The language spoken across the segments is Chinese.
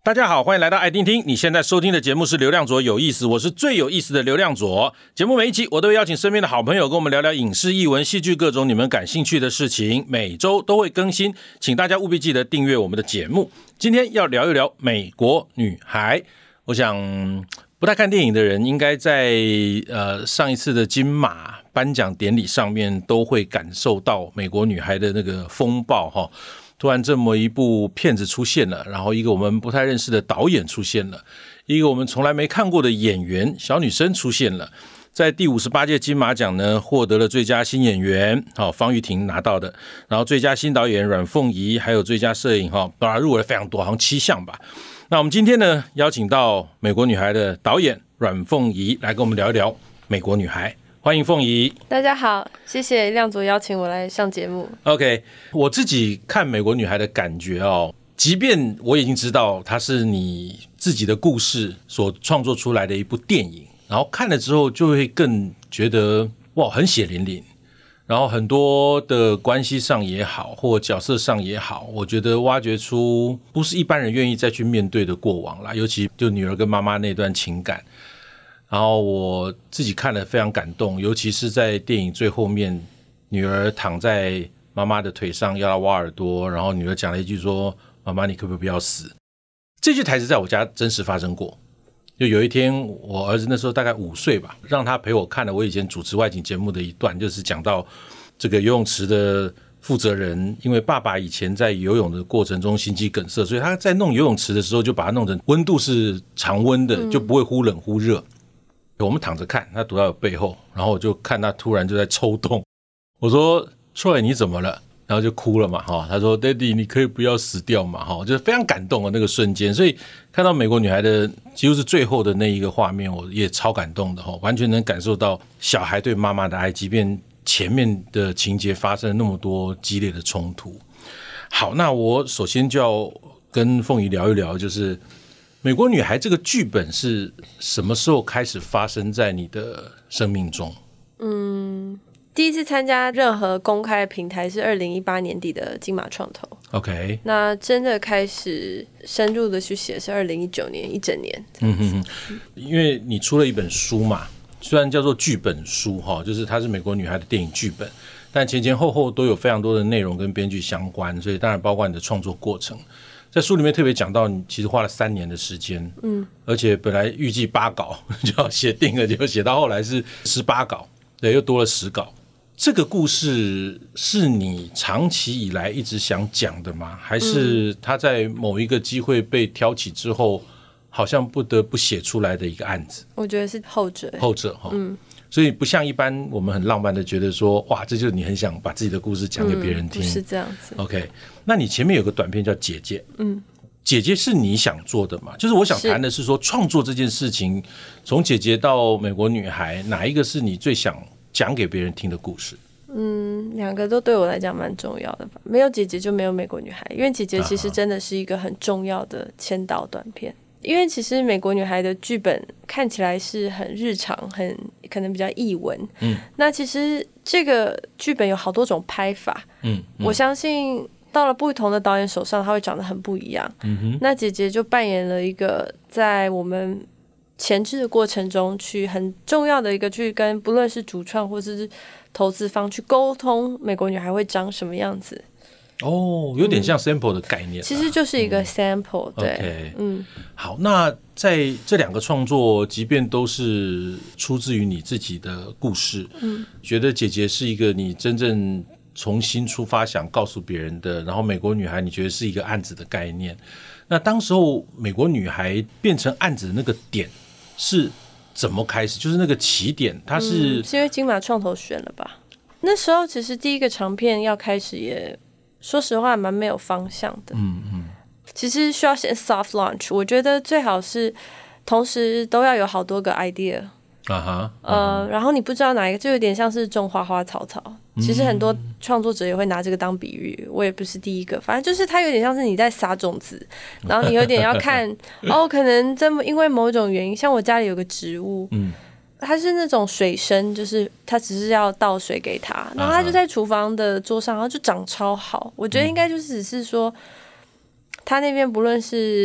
大家好，欢迎来到爱听听。你现在收听的节目是流量左有意思，我是最有意思的流量左。节目每一集我都会邀请身边的好朋友跟我们聊聊影视、艺文、戏剧各种你们感兴趣的事情，每周都会更新，请大家务必记得订阅我们的节目。今天要聊一聊美国女孩，我想不太看电影的人应该在上一次的金马颁奖典礼上面都会感受到美国女孩的那个风暴哈。突然这么一部片子出现了，然后一个我们不太认识的导演出现了，一个我们从来没看过的演员小女生出现了，在第58届金马奖呢获得了最佳新演员，方玉婷拿到的，然后最佳新导演阮凤仪，还有最佳摄影当然入围了非常多，好像7项吧。那我们今天呢邀请到美国女孩的导演阮凤仪来跟我们聊一聊美国女孩。欢迎凤仪。 大家好，谢谢亮佐邀请我来上节目。 OK， 我自己看美国女孩的感觉即便我已经知道它是你自己的故事所创作出来的一部电影，然后看了之后就会更觉得哇，很血淋淋，然后很多的关系上也好或角色上也好，我觉得挖掘出不是一般人愿意再去面对的过往啦，尤其就女儿跟妈妈那段情感，然后我自己看了非常感动，尤其是在电影最后面，女儿躺在妈妈的腿上要她挖耳朵，然后女儿讲了一句说，妈妈你可不可以不要死。这句台词在我家真实发生过，就有一天我儿子那时候大概5岁吧，让他陪我看了我以前主持外景节目的一段，就是讲到这个游泳池的负责人，因为爸爸以前在游泳的过程中心肌梗塞，所以他在弄游泳池的时候就把它弄成温度是常温的，就不会忽冷忽热。我们躺着看，他躲在我背后，然后我就看他突然就在抽动，我说Troy你怎么了？然后就哭了嘛，他说 Daddy 你可以不要死掉嘛，就是非常感动的那个瞬间。所以看到美国女孩的几乎是最后的那一个画面，我也超感动的，完全能感受到小孩对妈妈的爱，即便前面的情节发生了那么多激烈的冲突。好，那我首先就要跟凤仪聊一聊，就是美国女孩这个剧本是什么时候开始发生在你的生命中？ 第一次参加任何公开平台是2018年底的金马创投。 OK， 那真的开始深入的去写是2019年一整年。 因为你出了一本书嘛，虽然叫做剧本书，就是它是美国女孩的电影剧本，但前前后后都有非常多的内容跟编剧相关，所以当然包括你的创作过程。在书里面特别讲到你其实花了3年的时间，而且本来预计8稿就要写定了，结果写到后来是18稿，对，又多了10稿。这个故事是你长期以来一直想讲的吗？还是他在某一个机会被挑起之后，好像不得不写出来的一个案子？ 我觉得是后者。 所以不像一般我们很浪漫的觉得说，哇，这就是你很想把自己的故事讲给别人听， 不是这样子。 OK， 那你前面有个短片叫姐姐，姐姐是你想做的吗？就是我想谈的是说，创作这件事情，从姐姐到美国女孩，哪一个是你最想讲给别人听的故事？ 两个都对我来讲蛮重要的吧。没有姐姐就没有美国女孩，因为姐姐其实真的是一个很重要的签导短片。因为其实美国女孩的剧本看起来是很日常，很可能比较艺文，那其实这个剧本有好多种拍法，我相信到了不同的导演手上它会长得很不一样。那姐姐就扮演了一个在我们前置的过程中去很重要的一个去跟不论是主创或者是投资方去沟通美国女孩会长什么样子。 有点像 sample 的概念， 其实就是一个 sample，对。 OK，好，那在这2个创作，即便都是出自于你自己的故事，觉得姐姐是一个你真正重新出发想告诉别人的，然后美国女孩你觉得是一个案子的概念，那当时候美国女孩变成案子的那个点是怎么开始？就是那个起点，它是因为金马创投选了吧？那时候其实第一个长片要开始也说实话蛮没有方向的，其实需要先 soft launch， 我觉得最好是同时都要有好多个 idea，然后你不知道哪一个，就有点像是种花花草草。其实很多创作者也会拿这个当比喻，我也不是第一个，反正就是它有点像是你在撒种子，然后你有点要看可能这么因为某种原因，像我家里有个植物，它是那种水生，就是它只是要倒水给它，然后它就在厨房的桌上，然后就长超好。我觉得应该就是只是说，它那边不论是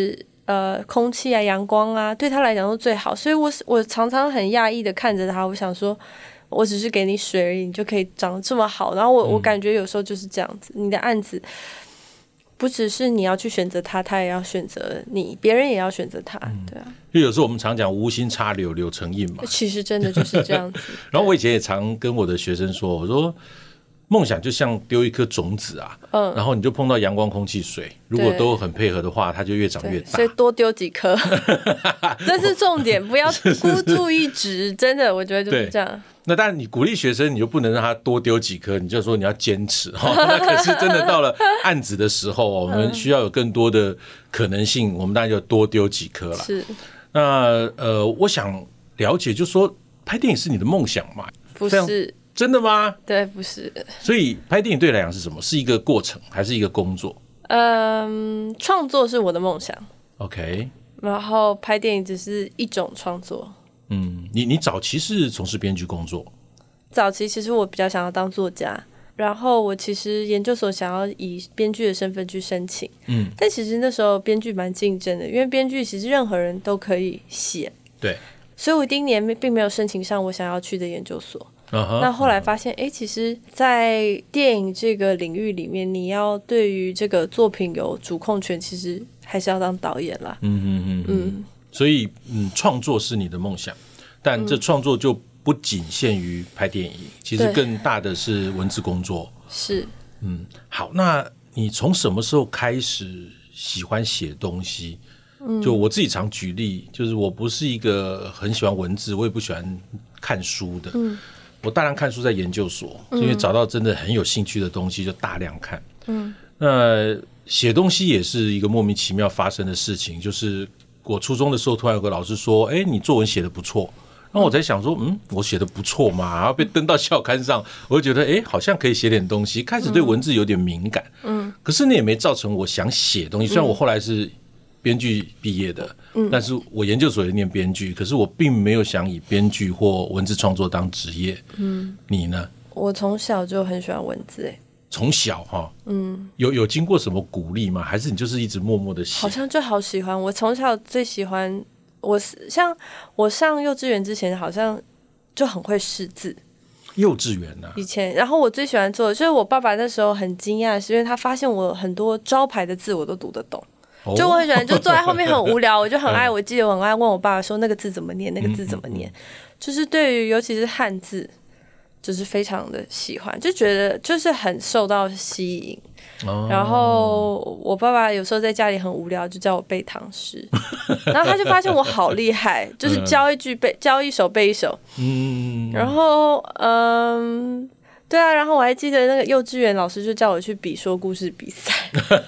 空气啊、阳光啊，对他来讲都最好。所以我常常很讶异的看着他，我想说，我只是给你水而已，你就可以长得这么好。然后我感觉有时候就是这样子，你的案子不只是你要去选择他，他也要选择你，别人也要选择他，对啊。 因为有时候我们常讲无心插柳柳成荫嘛， 其实真的就是这样子。 然后我以前也常跟我的学生说，我说梦想就像丢一颗种子啊，然后你就碰到阳光、空气、水，如果都很配合的话，它就越长越大。 所以多丢几颗，这是重点，不要孤注一掷。真的，我觉得就是这样。 那当然，你鼓励学生，你就不能让他多丢几颗，你就说你要坚持。那可是真的到了案子的时候，我们需要有更多的可能性，我们当然就多丢几颗了。 是。 那我想了解，就是说拍电影是你的梦想吗？ 不是。 真的吗？ 对，不是。 所以拍电影对你来讲是什么？是一个过程，还是一个工作？ 创作是我的梦想。 OK。 然后拍电影只是一种创作。 你早期是从事编剧工作？ 早期其实我比较想要当作家，然后我其实研究所想要以编剧的身份去申请。但其实那时候编剧蛮竞争的，因为编剧其实任何人都可以写。 对。 所以我第一年并没有申请上我想要去的研究所。那后来发现，其实在电影这个领域里面，你要对于这个作品有主控权，其实还是要当导演啦。 所以创作是你的梦想，但这创作就不仅限于拍电影，其实更大的是文字工作。 是。 好，那你从什么时候开始喜欢写东西？就我自己常举例，就是我不是一个很喜欢文字，我也不喜欢看书的。我大量看书在研究所，因为找到真的很有兴趣的东西就大量看。那写东西也是一个莫名其妙发生的事情，就是我初中的时候突然有个老师说，你作文写得不错。然后我才想说，我写得不错嘛，然后被登到校刊上，我就觉得好像可以写点东西，开始对文字有点敏感。可是那也没造成我想写东西，虽然我后来是编剧毕业的，但是我研究所也念编剧，可是我并没有想以编剧或文字创作当职业。你呢？ 我从小就很喜欢文字。 从小哈，有经过什么鼓励吗？还是你就是一直默默的写？ 好像就好喜欢。我从小最喜欢，像我上幼稚园之前，好像就很会识字。 幼稚园啊， 以前，然后我最喜欢做的，就是我爸爸那时候很惊讶，是因为他发现我很多招牌的字我都读得懂。就我很喜欢，就坐在后面很无聊，我就很爱，我记得我很爱问我爸爸说那个字怎么念，那个字怎么念，就是对于尤其是汉字，就是非常的喜欢，就觉得就是很受到吸引。然后我爸爸有时候在家里很无聊，就叫我背唐诗，然后他就发现我好厉害，就是教一首背一首。然后对啊，然后我还记得那个幼稚园老师就叫我去比说故事比赛。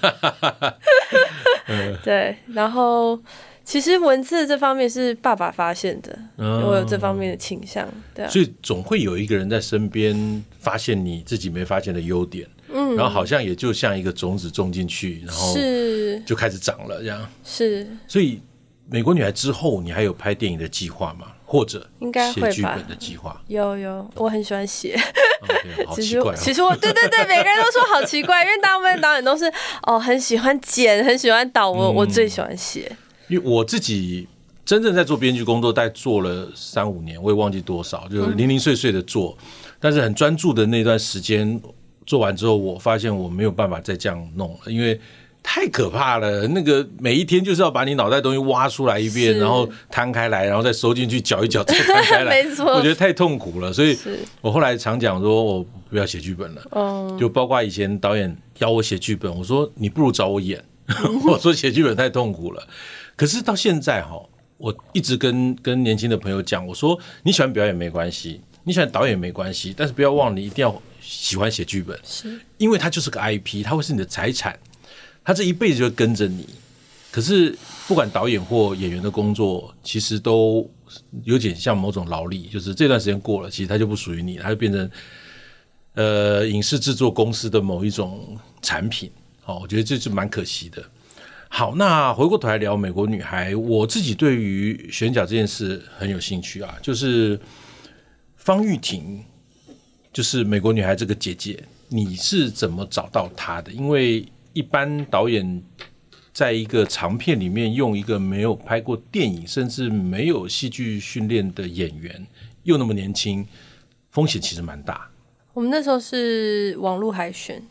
对，然后其实文字这方面是爸爸发现的，我有这方面的倾向。对啊， 所以总会有一个人在身边发现你自己没发现的优点，然后好像也就像一个种子种进去，然后就开始长了这样。 是， 所以美国女孩之后，你还有拍电影的计划吗？或者写剧本的计划？ 有，我很喜欢写。 好奇怪其实我对，每个人都说好奇怪，因为大部分导演都是很喜欢剪，很喜欢导，我最喜欢写。 因为我自己真正在做编剧工作，大概做了3-5年，我也忘记多少，就零零碎碎的做，但是很专注的那段时间做完之后，我发现我没有办法再这样弄了，因为太可怕了。那个每一天就是要把你脑袋东西挖出来一遍，然后摊开来，然后再收进去搅一搅，再摊开来。 没错， 我觉得太痛苦了，所以我后来常讲说，我不要写剧本了。就包括以前导演要我写剧本，我说你不如找我演。我说写剧本太痛苦了。可是到现在我一直跟年轻的朋友讲，我说你喜欢表演没关系，你喜欢导演没关系，但是不要忘了你一定要喜欢写剧本，因为它就是个 IP， 它会是你的财产，它这一辈子就会跟着你。可是不管导演或演员的工作，其实都有点像某种劳力，就是这段时间过了，其实它就不属于你，它就变成影视制作公司的某一种产品。我觉得这是蛮可惜的。好，那回过头来聊美国女孩，我自己对于选角这件事很有兴趣啊。就是方玉婷，就是美国女孩这个姐姐，你是怎么找到她的？因为一般导演在一个长片里面用一个没有拍过电影甚至没有戏剧训练的演员，又那么年轻，风险其实蛮大。 我们那时候是网络海选，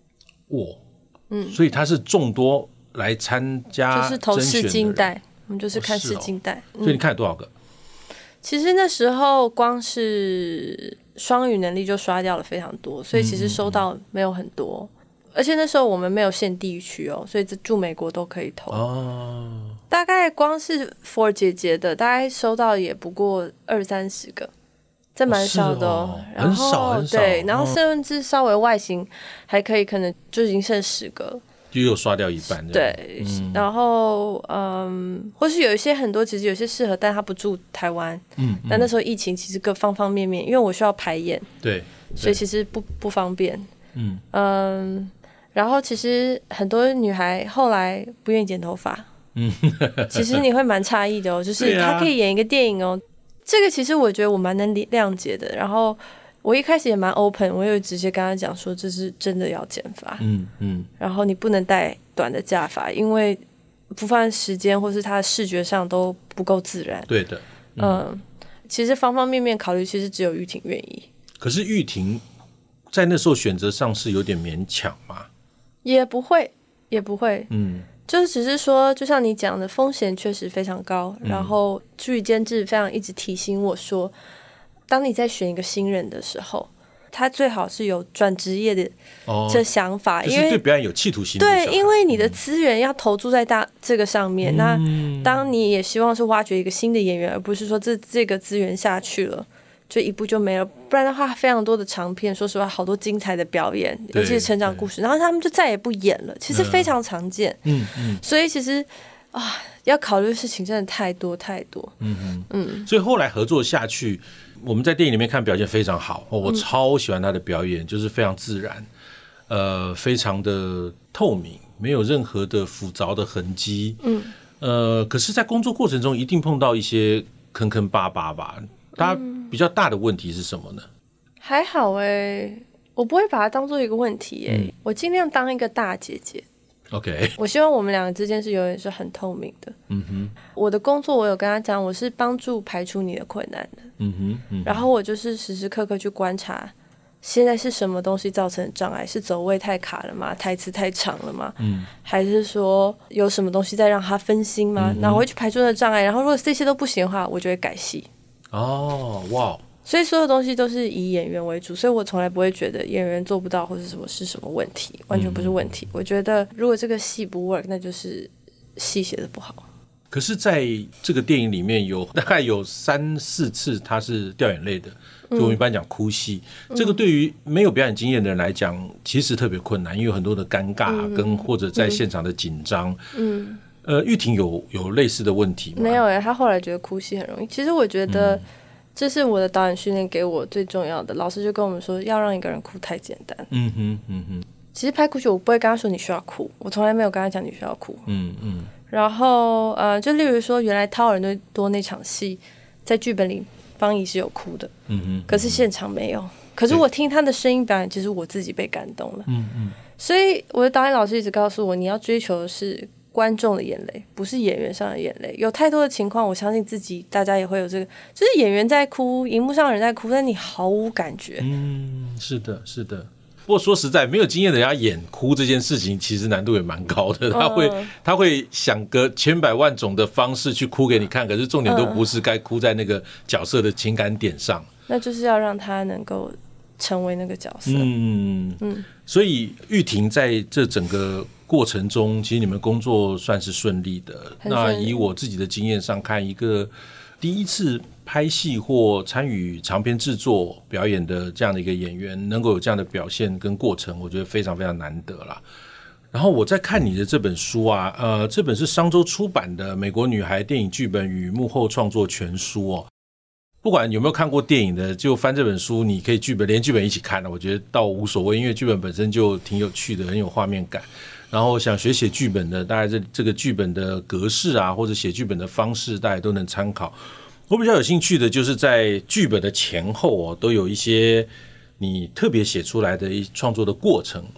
所以他是众多来参加就是投试镜带，我们就是看试镜带。 所以你看了多少个？ 其实那时候光是双语能力就刷掉了非常多，所以其实收到没有很多。而且那时候我们没有限地区哦，所以住美国都可以投。大概光是 for 姐姐的，大概收到也不过20-30个，这蛮少的哦。然后很少。 对，然后甚至稍微外形还可以，可能就已经剩10个了。 就有刷掉一半。 对，然后或是有一些很多，其实有些适合，但他不住台湾。那时候疫情其实各方方面面，因为我需要排演， 对， 所以其实不方便。然后其实很多女孩后来不愿意剪头发，其实你会蛮诧异的哦，就是她可以演一个电影哦，这个其实我觉得我蛮能谅解的。然后我一开始也蛮 open， 我有直接跟她讲说这是真的要剪发，然后你不能戴短的假发，因为不放时间或是她的视觉上都不够自然。 对的， 其实方方面面考虑，其实只有玉婷愿意。 可是玉婷在那时候选择上是有点勉强嘛？ 也不会，就是只是说，就像你讲的，风险确实非常高。然后剧监制非常一直提醒我说，当你在选一个新人的时候，他最好是有转职业的这想法， 因为对表演有企图心。 对，因为你的资源要投注在这个上面。那当你也希望是挖掘一个新的演员，而不是说这个资源下去了就一部就没了，不然的话非常多的长片，说实话好多精彩的表演，尤其是成长故事，然后他们就再也不演了，其实非常常见。所以其实要考虑的事情真的太多太多。 所以后来合作下去，我们在电影里面看表现非常好，我超喜欢他的表演，就是非常自然，非常的透明，没有任何的复杂的痕迹。可是在工作过程中一定碰到一些坑坑巴巴吧。他比较大的问题是什么呢？还好我不会把它当做一个问题我尽量当一个大姐姐。 OK， 我希望我们两个之间是永远是很透明的。我的工作我有跟他讲，我是帮助排除你的困难的。然后我就是时时刻刻去观察，现在是什么东西造成的障碍？是走位太卡了吗？台词太长了吗？还是说有什么东西在让他分心吗？然后我会去排除那个障碍，然后如果这些都不行的话，我就会改戏。 哇！ 所以所有东西都是以演员为主，所以我从来不会觉得演员做不到或者什么是什么问题，完全不是问题。我觉得如果这个戏不 work， 那就是戏写的不好。 可是在这个电影里面大概有3-4次他是掉眼泪的，就我们一般讲哭戏，这个对于没有表演经验的人来讲其实特别困难，因为有很多的尴尬跟或者在现场的紧张。玉婷有类似的问题吗？ 没有他后来觉得哭戏很容易。其实我觉得这是我的导演训练给我最重要的，老师就跟我们说，要让一个人哭太简单。其实拍哭戏我不会跟他说你需要哭，我从来没有跟他讲你需要哭。然后就例如说原来掏耳朵那场戏在剧本里方怡是有哭的，可是现场没有。可是我听他的声音表演，其实我自己被感动了。所以我的导演老师一直告诉我，你要追求的是观众的眼泪，不是演员上的眼泪。有太多的情况，我相信自己大家也会有这个，就是演员在哭，荧幕上的人在哭，但你毫无感觉。 是的。不过说实在，没有经验的人要演哭这件事情，其实难度也蛮高的。他会想个千百万种的方式去哭给你看，可是重点都不是该哭在那个角色的情感点上。 那就是要让他能够成为那个角色。 所以玉婷在这整个过程中，其实你们工作算是顺利的。那以我自己的经验上看，一个第一次拍戏或参与长篇制作表演的这样的一个演员，能够有这样的表现跟过程，我觉得非常非常难得啦。然后我在看你的这本书啊，这本是商周出版的《美国女孩电影剧本与幕后创作全书》哦。不管有没有看过电影的，就翻这本书，你可以连剧本一起看了，我觉得倒无所谓，因为剧本本身就挺有趣的，很有画面感。然后想写剧本的，大概这个剧本的格式啊，或者写剧本的方式，大家都能参考。我比较有兴趣的就是在剧本的前后都有一些你特别写出来的创作的过程。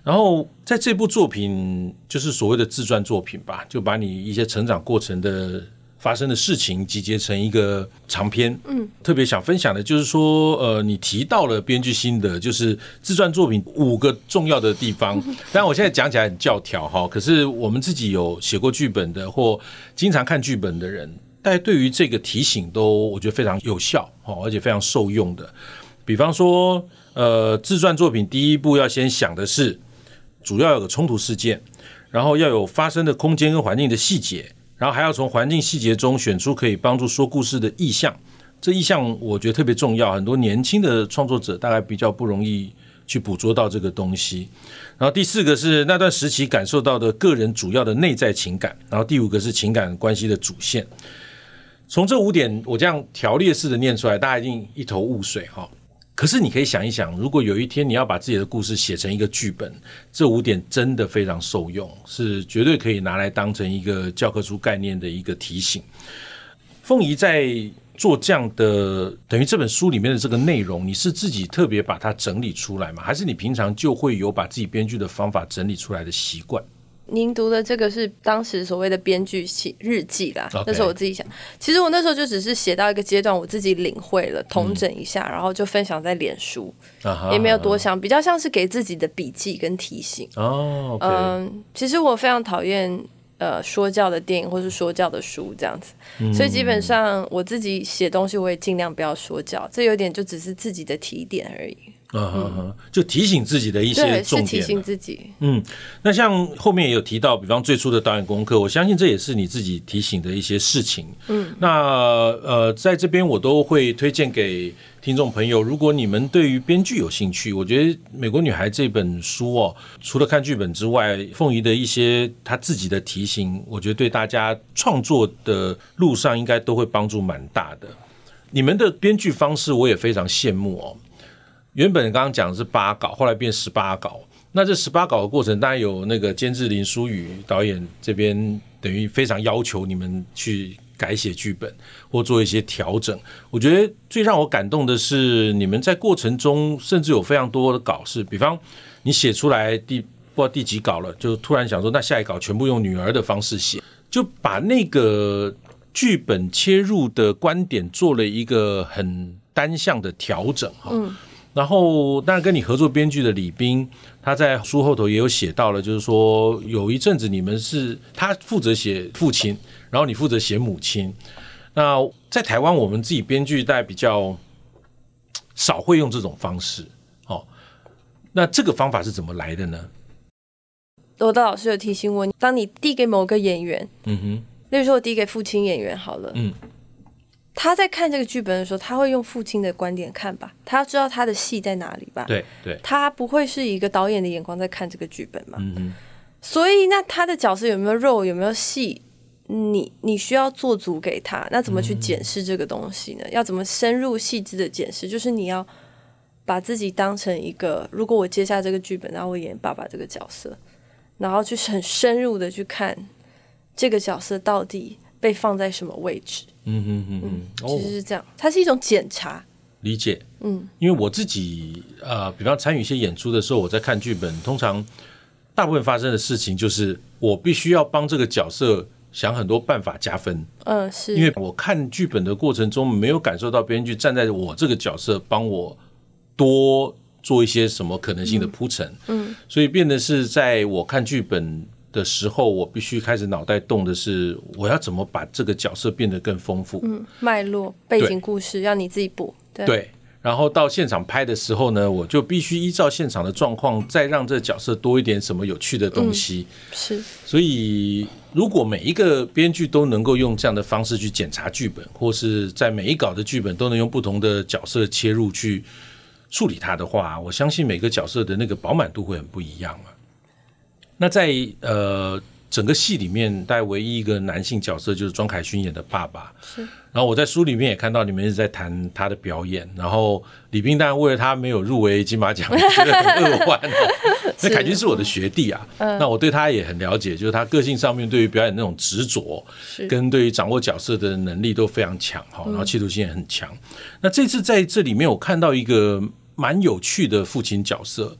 然后在这部作品就是所谓的自传作品吧，就把你一些成长过程的发生的事情集结成一个长篇。特别想分享的就是说，你提到了编剧心得，就是自传作品5个重要的地方。当然我现在讲起来很教条哈，可是我们自己有写过剧本的或经常看剧本的人，大家对于这个提醒都我觉得非常有效，而且非常受用的。比方说自传作品第一步要先想的是主要有个冲突事件，然后要有发生的空间跟环境的细节，然后还要从环境细节中选出可以帮助说故事的意象。这意象我觉得特别重要，很多年轻的创作者大概比较不容易去捕捉到这个东西。然后第4个是那段时期感受到的个人主要的内在情感，然后第5个是情感关系的主线。从这5点我这样条列式的念出来，大家一定一头雾水哈。可是你可以想一想，如果有一天你要把自己的故事写成一个剧本，这5点真的非常受用，是绝对可以拿来当成一个教科书概念的一个提醒。凤仪在做这样的等于这本书里面的这个内容，你是自己特别把它整理出来吗？还是你平常就会有把自己编剧的方法整理出来的习惯？ 您读的这个是当时所谓的编剧日记啦， Okay. 那时候我自己想，其实我那时候就只是写到一个阶段，我自己领会了，统整一下，然后就分享在脸书，也没有多想，比较像是给自己的笔记跟提醒。 okay. 其实我非常讨厌说教的电影或是说教的书这样子，所以基本上我自己写东西我也尽量不要说教，这有点就只是自己的提点而已。 就提醒自己的一些重点。 对，是提醒自己。 那像后面也有提到，比方最初的导演功课，我相信这也是你自己提醒的一些事情。那在这边我都会推荐给听众朋友，如果你们对于编剧有兴趣，我觉得《美国女孩》这本书除了看剧本之外，凤仪的一些她自己的提醒，我觉得对大家创作的路上应该都会帮助蛮大的。你们的编剧方式我也非常羡慕原本刚刚讲的是8稿，后来变18稿。那这18稿的过程，当然有那个监制林书宇导演这边等于非常要求你们去改写剧本或做一些调整。我觉得最让我感动的是，你们在过程中甚至有非常多的稿是，比方你写出来不知道第几稿了，就突然想说，那下一稿全部用女儿的方式写，就把那个剧本切入的观点做了一个很单向的调整然后当然跟你合作编剧的李斌，他在书后头也有写到了，就是说有一阵子你们是他负责写父亲，然后你负责写母亲。那在台湾我们自己编剧大概比较少会用这种方式那这个方法是怎么来的呢？ 我的老师有提醒我，当你递给某个演员，例如说我递给父亲演员好了，他在看这个剧本的时候，他会用父亲的观点看吧，他要知道他的戏在哪里吧， 对， 他不会是一个导演的眼光在看这个剧本嘛，所以那他的角色有没有肉，有没有戏，你需要做足给他，那怎么去检视这个东西呢？要怎么深入细致的检视？就是你要把自己当成一个，如果我接下这个剧本，然后我演爸爸这个角色，然后去很深入的去看这个角色到底被放在什么位置。其实是这样，它是一种检查。 理解。因为我自己比方参与一些演出的时候，我在看剧本，通常大部分发生的事情就是我必须要帮这个角色想很多办法加分。 是因为我看剧本的过程中没有感受到编剧站在我这个角色帮我多做一些什么可能性的铺陈。所以变得是在我看剧本的时候，我必须开始脑袋动的是我要怎么把这个角色变得更丰富。脉络背景故事要你自己补。 对，然后到现场拍的时候呢，我就必须依照现场的状况再让这个角色多一点什么有趣的东西。 是， 所以如果每一个编剧都能够用这样的方式去检查剧本，或是在每一稿的剧本都能用不同的角色切入去处理它的话，我相信每个角色的那个饱满度会很不一样。那在整个戏里面，大概唯一一个男性角色就是庄凯勋演的爸爸。 是。 然后我在书里面也看到你们一直在谈他的表演，然后李斌当然为了他没有入围金马奖觉得很扼腕。那凯君是我的学弟啊，那我对他也很了解，就是他个性上面对于表演那种执着，跟对于掌握角色的能力都非常强，然后企图心也很强。那这次在这里面我看到一个蛮有趣的父亲角色，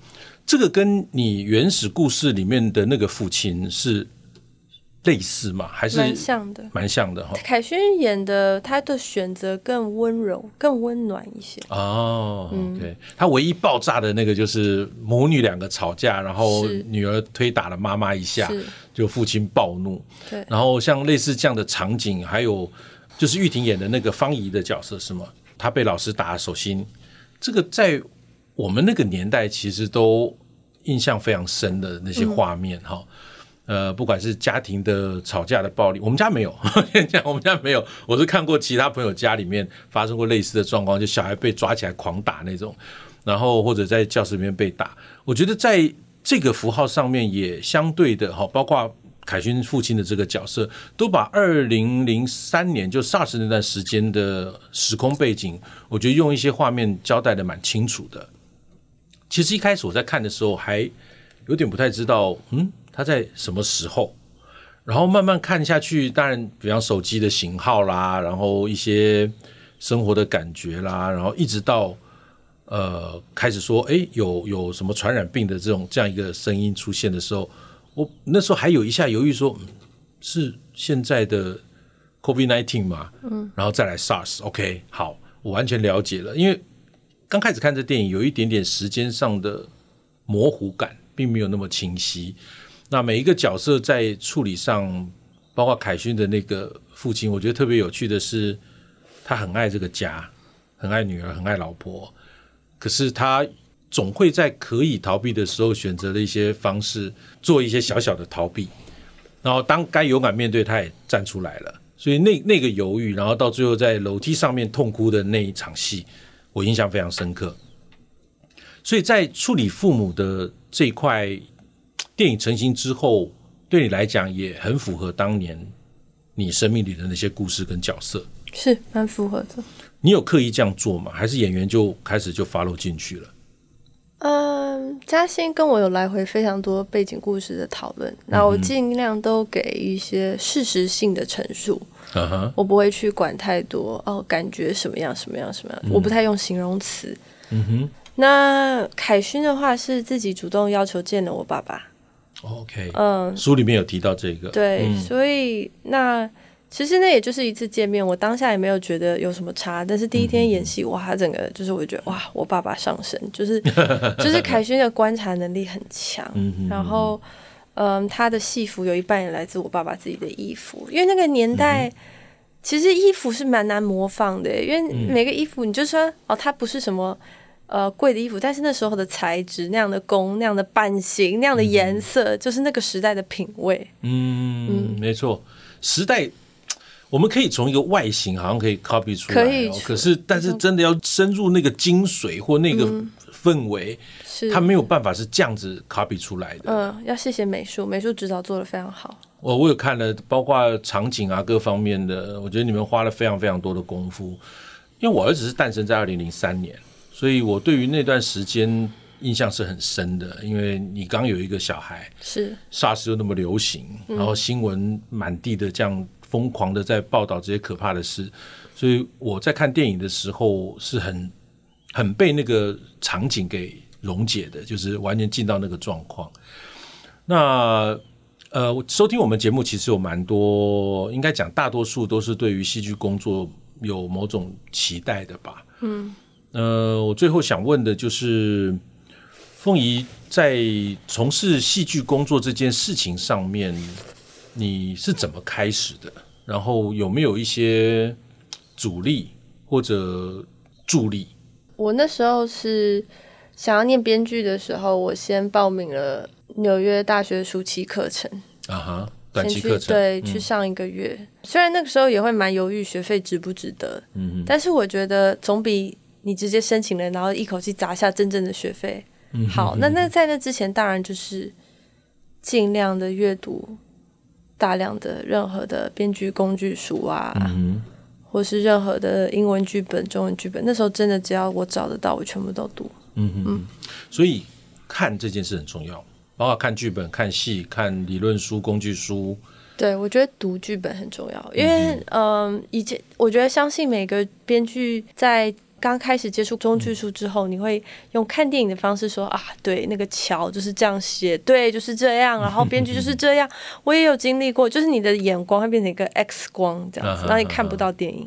这个跟你原始故事里面的那个父亲是类似吗？还是蛮像的？ 蛮像的哈。 凯勋演的他的选择更温柔、更温暖一些。 哦，OK，他唯一爆炸的那个就是母女两个吵架，然后女儿推打了妈妈一下，就父亲暴怒。 对， 然后像类似这样的场景，还有就是玉婷演的那个方怡的角色是吗？她被老师打手心，这个在我们那个年代其实都印象非常深的那些画面哈。不管是家庭的吵架的暴力，我们家没有，先讲我们家没有，我是看过其他朋友家里面发生过类似的状况，就小孩被抓起来狂打那种，然后或者在教室里面被打。我觉得在这个符号上面也相对的，包括凯勋父亲的这个角色，都把2003年就 SARS 那段时间的时空背景，我觉得用一些画面交代的蛮清楚的。其实一开始我在看的时候还有点不太知道，他在什么时候，然后慢慢看下去，当然比方手机的型号啦，然后一些生活的感觉啦，然后一直到开始说有什么传染病的这样一个声音出现的时候，我那时候还有一下犹豫说，是现在的 COVID-19 嘛，然后再来 SARS， OK， 好，我完全了解了，因为刚开始看这电影有一点点时间上的模糊感，并没有那么清晰。那每一个角色在处理上，包括凯勋的那个父亲，我觉得特别有趣的是，他很爱这个家，很爱女儿，很爱老婆，可是他总会在可以逃避的时候选择了一些方式，做一些小小的逃避，然后当该勇敢面对，他也站出来了。所以那个犹豫，然后到最后在楼梯上面痛哭的那一场戏，我印象非常深刻。所以在处理父母的这一块，电影成型之后，对你来讲也很符合当年你生命里的那些故事跟角色， 是蛮符合的。 你有刻意这样做吗？还是演员就开始就 follow 进去了？ 嘉欣跟我有来回非常多背景故事的讨论，那我尽量都给一些事实性的陈述，我不会去管太多感觉什么样什么样什么样，我不太用形容词。那凯勋的话是自己主动要求见了我爸爸。 OK， 书里面有提到这个， 对，所以那其实那也就是一次见面，我当下也没有觉得有什么差，但是第一天演戏，哇，他整个就是我觉得哇，我爸爸上身，就是凯勋的观察能力很强，然后他的戏服有一半也来自我爸爸自己的衣服，因为那个年代。其实衣服是蛮难模仿的，因为每个衣服你就说它不是什么贵的衣服，但是那时候的材质、那样的工、那样的版型、那样的颜色，就是那个时代的品味。 没错，时代我们可以从一个外形好像可以 copy 出来，可是但是真的要深入那个精髓或那个氛围，它没有办法是这样子 copy 出来的。 要谢谢美术指导做得非常好。 我有看了，包括场景啊各方面的，我觉得你们花了非常非常多的功夫。因为我儿子是诞生在2003年，所以我对于那段时间印象是很深的。因为你刚有一个小孩，是 SARS 又那么流行，然后新闻满地的这样疯狂的在报道这些可怕的事，所以我在看电影的时候是很被那个场景给溶解的，就是完全进到那个状况。那收听我们节目其实有蛮多，应该讲大多数都是对于戏剧工作有某种期待的吧。我最后想问的就是凤仪在从事戏剧工作这件事情上面，你是怎么开始的？然后有没有一些阻力或者助力？ 我那时候是想要念编剧的时候，我先报名了纽约大学暑期课程短期课程， 对，去上1个月。虽然那个时候也会蛮犹豫学费值不值得，但是我觉得总比你直接申请了，然后一口气砸下真正的学费好。那在那之前，当然就是尽量的阅读大量的任何的编剧工具书啊，或是任何的英文剧本、中文剧本。那时候真的只要我找得到，我全部都读。 所以看这件事很重要，包括看剧本、看戏、看理论书、工具书。 对，我觉得读剧本很重要，因为以前我觉得相信每个编剧在刚开始接触中叙述之后，你会用看电影的方式说啊，对，那个桥就是这样写，对，就是这样，然后编剧就是这样。我也有经历过，就是你的眼光会变成一个 X 光这样子，让你看不到电影。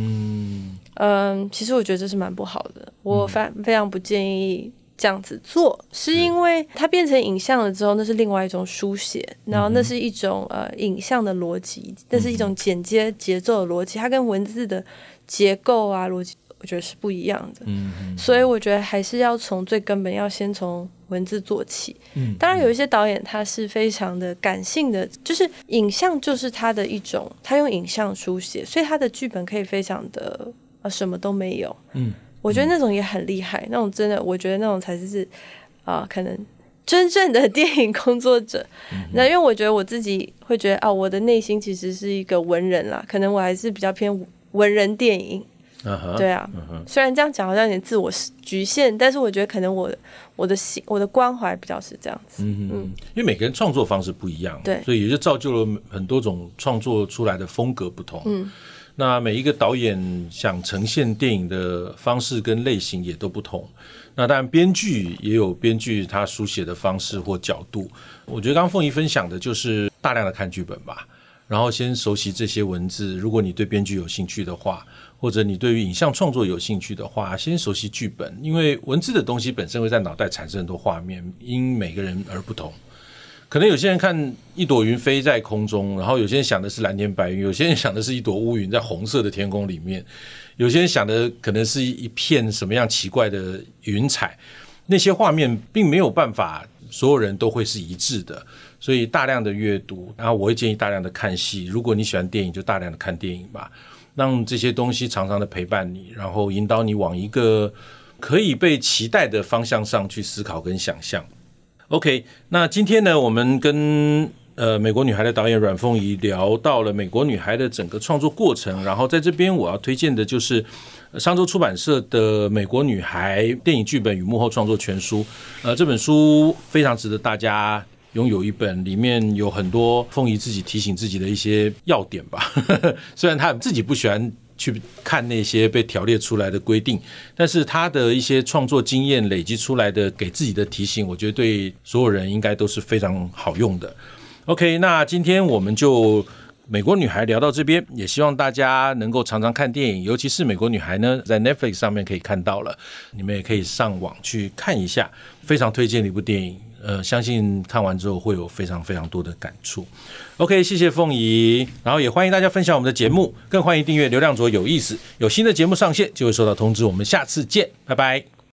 其实我觉得这是蛮不好的，我非常不建议这样子做，是因为它变成影像了之后，那是另外一种书写，然后那是一种影像的逻辑，那是一种剪接节奏的逻辑，它跟文字的结构啊逻辑，我觉得是不一样的。所以我觉得还是要从最根本，要先从文字做起。当然有一些导演他是非常的感性的，就是影像就是他的一种，他用影像书写，所以他的剧本可以非常的什么都没有。我觉得那种也很厉害，那种真的，我觉得那种才是可能真正的电影工作者。那因为我觉得我自己会觉得我的内心其实是一个文人啦，可能我还是比较偏文人电影。对啊，虽然这样讲好像有点自我局限，但是我觉得可能我的关怀比较是这样子。 因为每个人创作方式不一样， 对， 所以也就造就了很多种创作出来的风格不同。那每一个导演想呈现电影的方式跟类型也都不同。那当然编剧也有编剧他书写的方式或角度。我觉得刚刚凤仪分享的就是大量的看剧本吧，然后先熟悉这些文字。如果你对编剧有兴趣的话，或者你对于影像创作有兴趣的话，先熟悉剧本，因为文字的东西本身会在脑袋产生很多画面，因每个人而不同。可能有些人看一朵云飞在空中，然后有些人想的是蓝天白云，有些人想的是一朵乌云在红色的天空里面，有些人想的可能是一片什么样奇怪的云彩。那些画面并没有办法所有人都会是一致的，所以大量的阅读，然后我会建议大量的看戏。如果你喜欢电影，就大量的看电影吧，让这些东西常常的陪伴你，然后引导你往一个可以被期待的方向上去思考跟想象。OK， 那今天呢，我们跟美国女孩的导演阮凤仪聊到了美国女孩的整个创作过程，然后在这边我要推荐的就是商周出版社的《美国女孩电影剧本与幕后创作全书》。这本书非常值得大家拥有一本，里面有很多凤仪自己提醒自己的一些要点吧。虽然他自己不喜欢去看那些被条列出来的规定，但是他的一些创作经验累积出来的给自己的提醒，我觉得对所有人应该都是非常好用的。OK， 那今天我们就美国女孩聊到这边，也希望大家能够常常看电影，尤其是美国女孩呢，在 Netflix 上面可以看到了，你们也可以上网去看一下，非常推荐的一部电影。相信看完之后会有非常非常多的感触。OK， 谢谢凤仪，然后也欢迎大家分享我们的节目，更欢迎订阅流量左有意思，有新的节目上线就会收到通知。我们下次见，拜拜。